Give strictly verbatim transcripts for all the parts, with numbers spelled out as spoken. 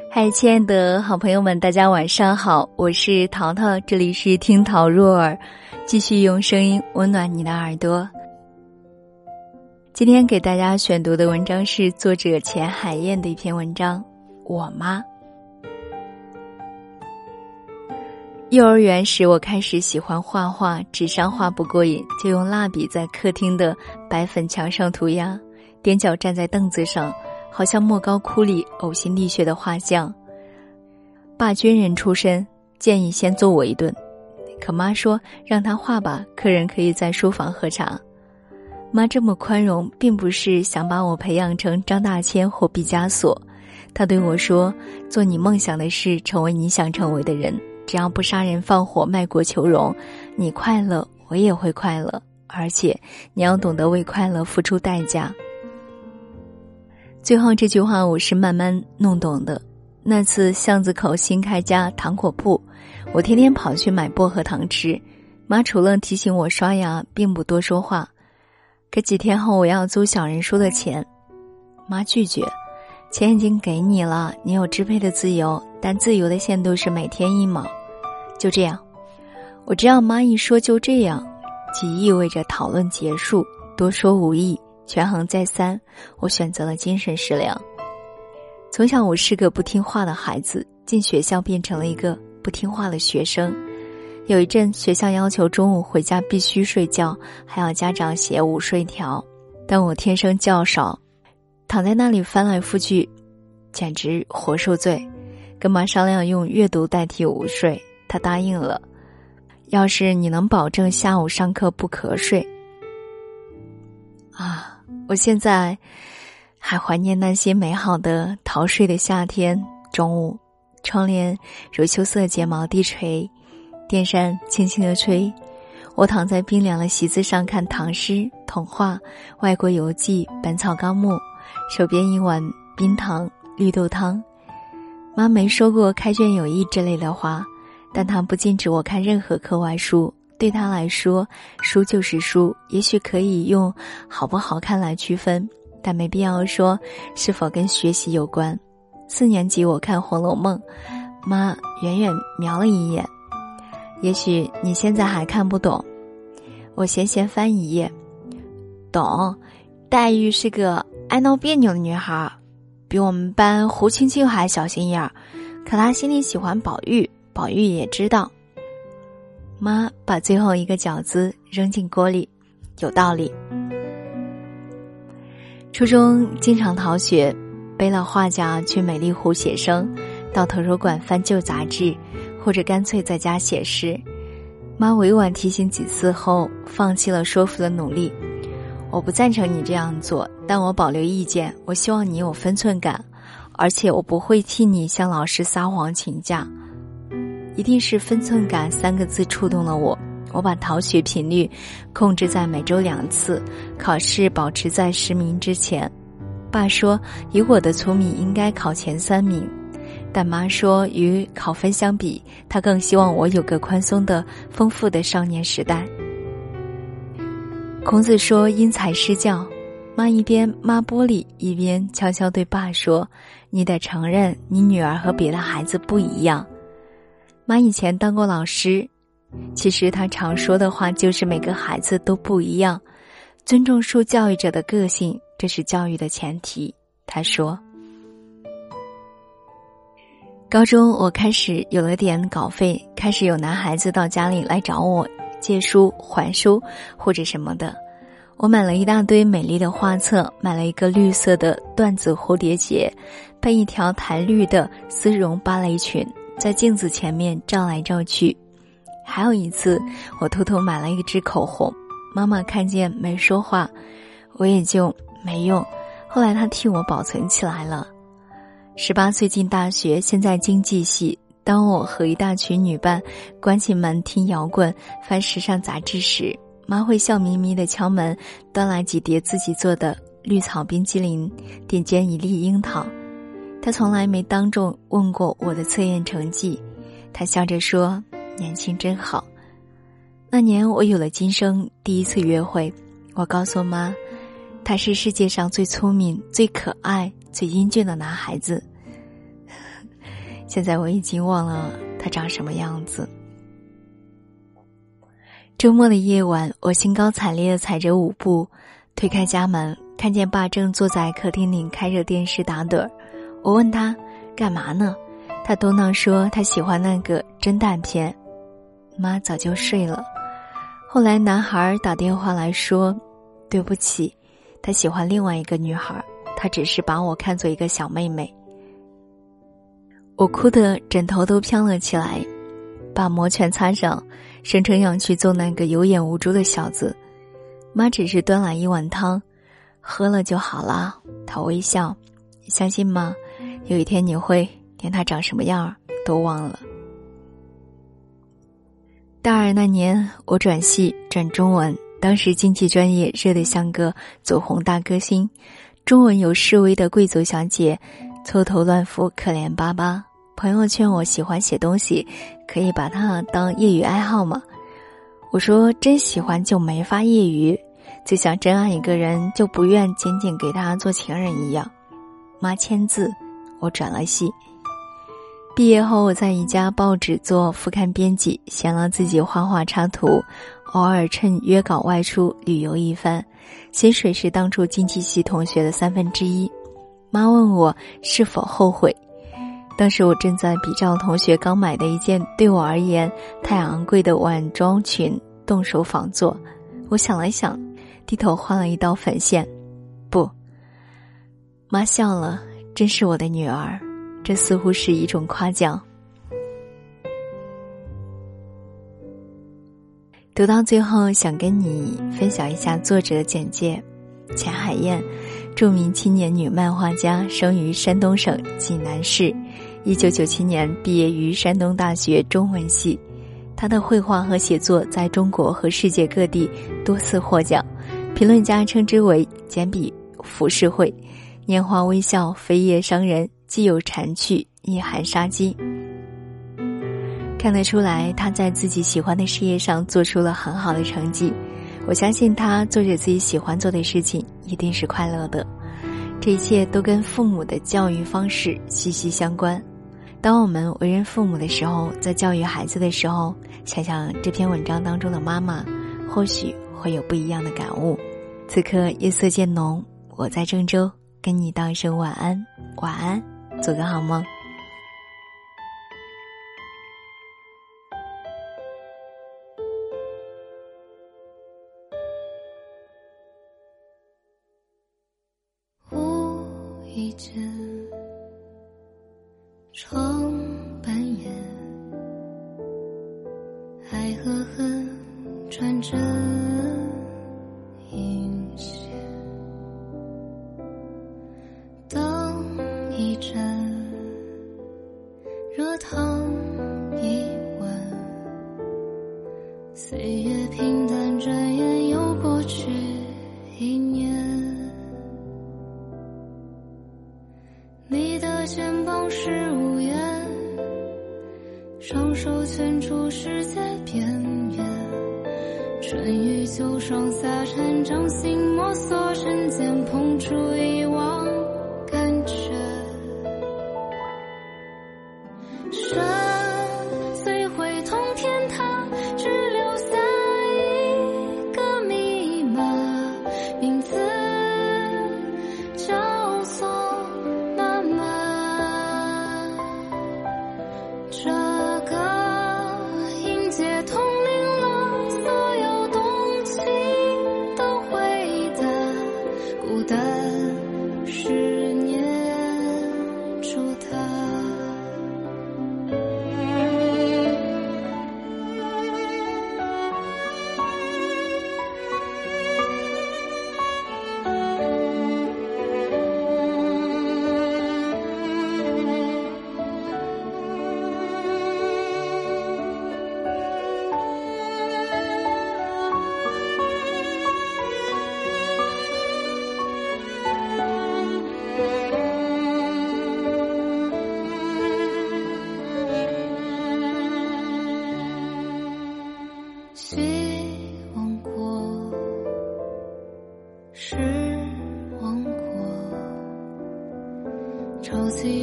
嗨，亲爱的好朋友们，大家晚上好，我是淘淘，这里是听淘若尔，继续用声音温暖你的耳朵。今天给大家选读的文章是作者钱海燕的一篇文章，我妈。幼儿园时我开始喜欢画画，纸上画不过瘾，就用蜡笔在客厅的白粉墙上涂鸦，踮脚站在凳子上，好像莫高窟里呕心沥血的画匠。爸军人出身，建议先揍我一顿，可妈说让他画吧，客人可以在书房喝茶。妈这么宽容，并不是想把我培养成张大千或毕加索，她对我说，做你梦想的事，成为你想成为的人，只要不杀人放火卖国求荣，你快乐我也会快乐，而且你要懂得为快乐付出代价。最后这句话我是慢慢弄懂的。那次巷子口新开家糖果铺，我天天跑去买薄荷糖吃，妈除了提醒我刷牙并不多说话。可几天后我要租小人书的钱，妈拒绝，钱已经给你了，你有支配的自由，但自由的限度是每天一毛。就这样，我知道妈一说就这样即意味着讨论结束，多说无益，权衡再三，我选择了精神食粮。从小我是个不听话的孩子，进学校变成了一个不听话的学生。有一阵学校要求中午回家必须睡觉，还要家长写午睡条，但我天生觉少，躺在那里翻来覆去，简直活受罪。跟妈商量用阅读代替午睡，她答应了，要是你能保证下午上课不瞌睡。啊，我现在还怀念那些美好的逃睡的夏天。中午，窗帘如秋色睫毛低垂，电扇轻轻地吹，我躺在冰凉的席子上看唐诗、童话、外国游记、本草纲目，手边一碗冰糖、绿豆汤。妈没说过开卷有益之类的话，但她不禁止我看任何课外书。对她来说，书就是书，也许可以用好不好看来区分，但没必要说是否跟学习有关。四年级我看《红楼梦》，妈远远瞄了一眼，也许你现在还看不懂。我闲闲翻一页，懂，黛玉是个爱闹别扭的女孩，比我们班胡青青还小心眼儿，可她心里喜欢宝玉，宝玉也知道。妈把最后一个饺子扔进锅里，有道理。初中经常逃学，背了画夹去美丽湖写生，到图书馆翻旧杂志，或者干脆在家写诗。妈委婉提醒几次后，放弃了说服的努力。我不赞成你这样做，但我保留意见，我希望你有分寸感，而且我不会替你向老师撒谎请假。一定是分寸感三个字触动了我，我把逃学频率控制在每周两次，考试保持在十名之前。爸说以我的聪明应该考前三名，但妈说与考分相比，她更希望我有个宽松的丰富的少年时代。孔子说因材施教，妈一边抹玻璃一边悄悄对爸说，你得承认你女儿和别的孩子不一样。妈以前当过老师，其实她常说的话就是每个孩子都不一样，尊重受教育者的个性，这是教育的前提。她说高中我开始有了点稿费，开始有男孩子到家里来找我借书还书或者什么的。我买了一大堆美丽的画册，买了一个绿色的缎子蝴蝶结，配一条苔绿的丝绒芭蕾裙，在镜子前面照来照去。还有一次我偷偷买了一支口红，妈妈看见没说话，我也就没用，后来她替我保存起来了。十八岁进大学，现在经济系，当我和一大群女伴关起门听摇滚翻时尚杂志时，妈会笑眯眯地敲门，端来几碟自己做的绿草冰激凌，点间一粒樱桃。她从来没当众问过我的测验成绩，她笑着说年轻真好。那年我有了今生第一次约会，我告诉妈，他是世界上最聪明、最可爱、最英俊的男孩子。 现在我已经忘了他长什么样子。周末的夜晚，我兴高采烈地踩着舞步推开家门，看见爸正坐在客厅里开着电视打盹儿。我问他干嘛呢？他嘟囔说他喜欢那个侦探片。妈早就睡了。后来男孩打电话来说，对不起，他喜欢另外一个女孩，他只是把我看作一个小妹妹。我哭得枕头都飘了起来，爸摩拳擦掌，声称要去揍那个有眼无珠的小子。妈只是端来一碗汤，喝了就好了。他微笑，相信吗？有一天你会连他长什么样都忘了。大二那年，我转系转中文，当时经济专业热得像个走红大歌星，中文有示威的贵族小姐，凑头乱扶，可怜巴巴。朋友劝我喜欢写东西，可以把它当业余爱好吗？我说真喜欢就没法业余，就像真爱一个人就不愿仅仅给他做情人一样。妈签字，我转了系。毕业后我在一家报纸做副刊编辑，闲了自己画画插图，偶尔趁约稿外出旅游一番，薪水是当初经济系同学的三分之一。妈问我是否后悔，当时我正在比照同学刚买的一件对我而言太昂贵的晚装裙动手仿做。我想了想，低头画了一道粉线。不，妈笑了，真是我的女儿，这似乎是一种夸奖。读到最后，想跟你分享一下作者简介。钱海燕，著名青年女漫画家，生于山东省济南市，一九九七年毕业于山东大学中文系。她的绘画和写作在中国和世界各地多次获奖，评论家称之为简笔浮世绘，拈花微笑，飞叶伤人，既有禅趣，亦含杀机。看得出来，他在自己喜欢的事业上做出了很好的成绩。我相信他做着自己喜欢做的事情，一定是快乐的。这一切都跟父母的教育方式息息相关。当我们为人父母的时候，在教育孩子的时候，想想这篇文章当中的妈妈，或许会有不一样的感悟。此刻夜色渐浓，我在郑州跟你道一声晚安，晚安，做个好梦。 无意间窗半掩，爱和恨转针引线，灯一盏，热汤一碗，岁月平淡，转眼又过去一年。你的肩膀是屋檐，双手圈出世界边缘，春雨秋霜洒成掌心，摩挲成茧，碰出一汪感觉。山虽会通天塔，只留下一个密码，名字叫做妈妈。这个音节统领了所有动情的回答，孤单是念出它。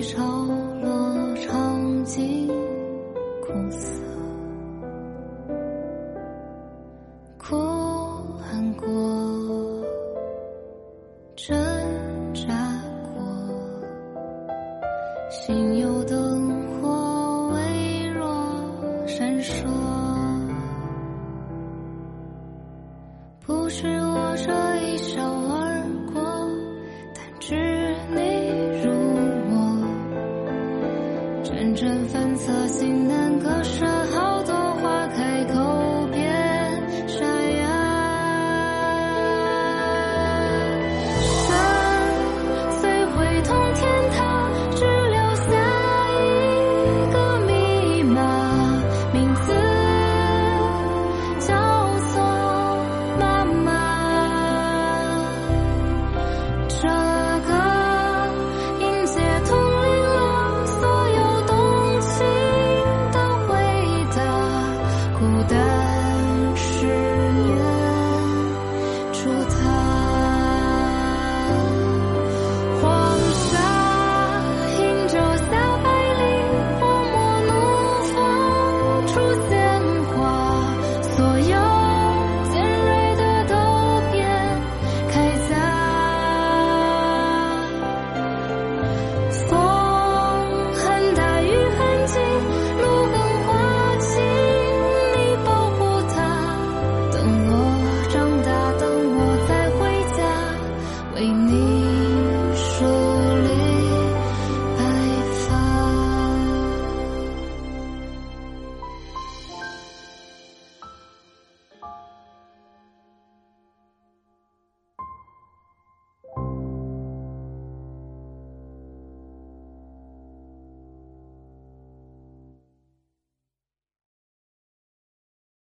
潮落，尝尽苦涩，苦恨过，挣扎过，心有灯火微弱闪烁。不是我这一笑而过，但知你如我，阵阵反侧，心难割舍，好多